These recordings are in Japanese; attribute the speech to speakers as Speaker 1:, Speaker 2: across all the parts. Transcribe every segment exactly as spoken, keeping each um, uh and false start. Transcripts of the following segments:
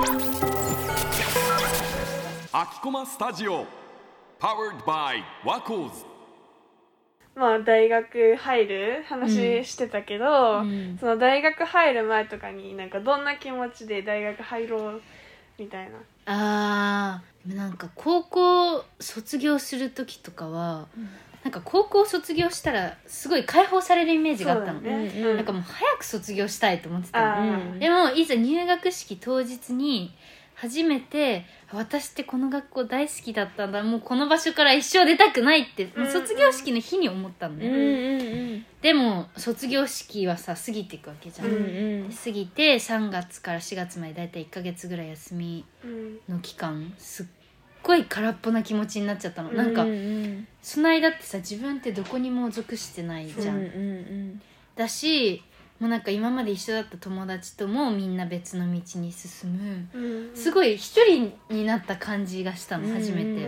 Speaker 1: 秋駒スタジオ Powered by ワコーズ。
Speaker 2: まあ大学入る話してたけど、
Speaker 3: うん、
Speaker 2: その大学入る前とかになんかどんな気持ちで大学入ろうみたいな。
Speaker 3: あーなんか高校卒業する時とかは、うん、なんか高校卒業したらすごい解放されるイメージがあったの、
Speaker 2: ね、
Speaker 3: うん、なんかもう早く卒業したいと思ってたの、
Speaker 2: うん、
Speaker 3: でもいざ入学式当日に初めて私ってこの学校大好きだったんだ、もうこの場所から一生出たくないって、うん、卒業式の日に思ったのね、
Speaker 2: うんうん、
Speaker 3: でも卒業式はさ過ぎていくわけじゃん、うんうん、過ぎてさんがつからしがつまでだいたいいっかげつぐらい休みの期間すっごい空っぽな気持ちになっちゃったの、うんうん、なんかその間ってさ自分ってどこにも属してないじゃん、うんうんうん、だしもうなんか今まで一緒だった友達ともみんな別の道に進む、うんうん、すごい一人になった感じがしたの初めて、うんうん、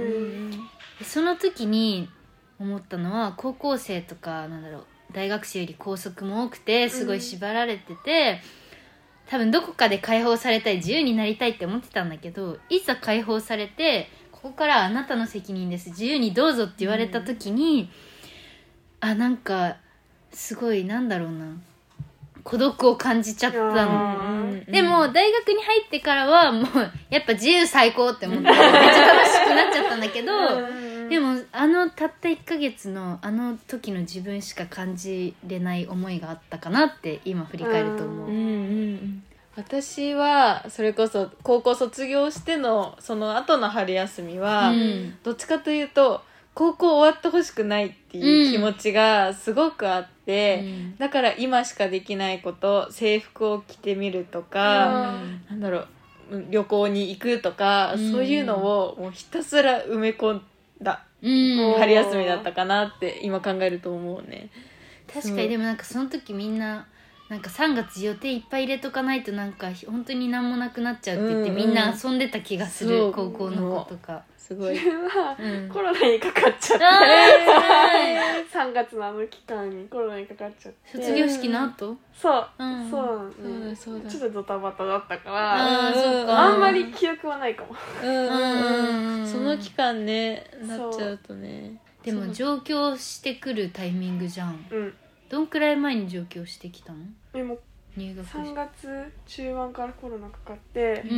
Speaker 3: でその時に思ったのは高校生とかなんだろう大学生より校則も多くてすごい縛られてて、うん、多分どこかで解放されたい自由になりたいって思ってたんだけど、いざ解放されてここからあなたの責任です自由にどうぞって言われた時に、うん、あなんかすごいなんだろうな孤独を感じちゃったの。でも大学に入ってからはもうやっぱ自由最高って思ってめっちゃ楽しくなっちゃったんだけどでもあのたったいっかげつのあの時の自分しか感じれない思いがあったかなって今振り返ると思う、うんうん、
Speaker 4: 私はそれこそ高校卒業してのその後の春休みは、うん、どっちかというと高校終わってほしくないっていう気持ちがすごくあって、うん、だから今しかできないこと制服を着てみるとか、うん、なんだろう旅行に行くとか、うん、そういうのをもうひたすら埋め込んだ、うん、春休みだったかなって今考えると思うね。
Speaker 3: 確かにでもなんかその時みんななんかさんがつ予定いっぱい入れとかないとなんか本当に何もなくなっちゃうって言って、うんうん、みんな遊んでた気がする高校の子とか
Speaker 4: すごい
Speaker 2: 自分は、うん、コロナにかかっちゃってさんがつのあの期間にコロナにかかっちゃって
Speaker 3: 卒業式の後
Speaker 2: そう、うん、そう、うん、そうだちょっとドタバタだったから
Speaker 3: あ、そうか
Speaker 2: あんまり記憶はないかも、
Speaker 4: うんうんうん、その期間ねなっちゃうとね
Speaker 3: でも上京してくるタイミングじゃん、
Speaker 2: うん、
Speaker 3: どんくらい前に上京してきたの？
Speaker 2: でも
Speaker 3: 入学
Speaker 2: さんがつ中盤からコロナかかって、うん、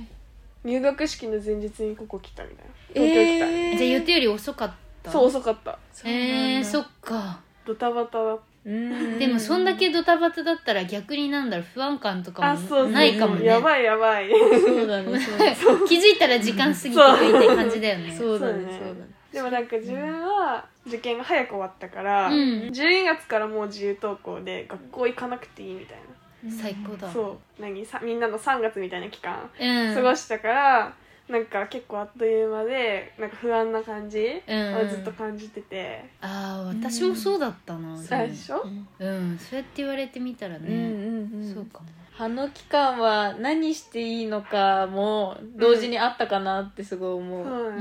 Speaker 2: 入学式の前日にここ来たみたいな東京来た、
Speaker 3: えー、じゃあ予定より遅かった？
Speaker 2: そう遅かった
Speaker 3: えー、そっか
Speaker 2: ドタバタだ
Speaker 3: うんでもそんだけドタバタだったら逆になんだろう不安感とかもないかもね。
Speaker 2: やばいやばい
Speaker 4: そうだねそう
Speaker 3: 気づいたら時間過ぎてくいって感じだよね
Speaker 4: そうだねそうだね
Speaker 2: でもなんか自分は受験が早く終わったから、うん、じゅうにがつからもう自由登校で学校行かなくていいみたいな、
Speaker 3: うん、最高だ。
Speaker 2: そう何さみんなのさんがつみたいな期間、
Speaker 3: うん、
Speaker 2: 過ごしたからなんか結構あっという間でなんか不安な感じをずっと感じてて、
Speaker 3: うん、ああ私もそうだったな、
Speaker 2: 最初、
Speaker 3: うん、そうやって言われてみたらね、うんうんうん、そうかも。
Speaker 4: あの期間は何していいのかも同時にあったかなってすごい思う、
Speaker 2: うん、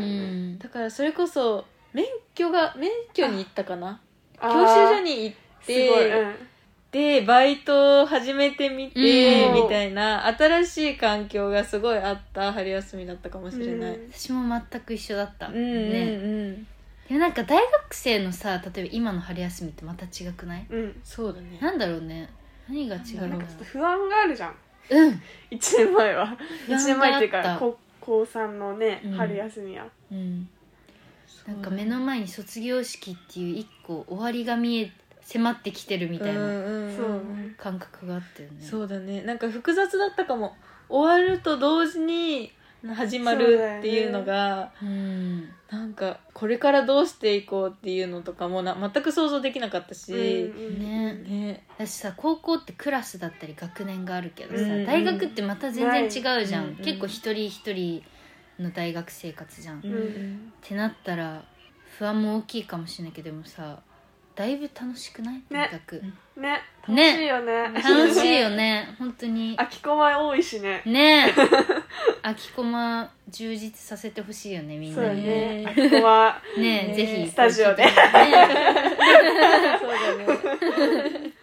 Speaker 4: だからそれこそ免許が免許に行ったかな教習所に行って
Speaker 2: すごい、うん、
Speaker 4: でバイトを始めてみて、うん、みたいな新しい環境がすごいあった春休みだったかもしれない、
Speaker 3: うん、私も全く一緒だった、
Speaker 4: うんうんうん、
Speaker 3: ねでもなんか大学生のさ例えば今の春休みってまた違くない？
Speaker 2: うん、
Speaker 4: そうだね。
Speaker 3: なんだろうね何が違うの？
Speaker 2: なんかちょっと不安があるじゃん。
Speaker 3: うん。
Speaker 2: いちねんまえはいちねんまえっていうか高さんのね、うん、春休みは、
Speaker 3: うん、なんか目の前に卒業式っていう一個終わりが見え迫ってきてるみたいな感覚があったよね。
Speaker 4: そうだね。なんか複雑だったかも。終わると同時に始まるっていうのが、
Speaker 3: うん、
Speaker 4: なんかこれからどうしていこうっていうのとかもな全く想像できなかったし、
Speaker 3: うんね
Speaker 4: ね
Speaker 3: 私さ高校ってクラスだったり学年があるけどさ、うん、大学ってまた全然違うじゃん、うん、結構一人一人の大学生活じゃん、
Speaker 4: うんうん、
Speaker 3: ってなったら不安も大きいかもしれないけどでもさだいぶ楽しくない？とにかく
Speaker 2: ね楽しいよね
Speaker 3: 楽しいよね本当に
Speaker 2: 空き駒多いしね
Speaker 3: ね空き駒充実させてほしいよねみんなに
Speaker 2: ね空き駒
Speaker 3: ねぜひ
Speaker 2: スタジオで
Speaker 3: ね
Speaker 4: そうだね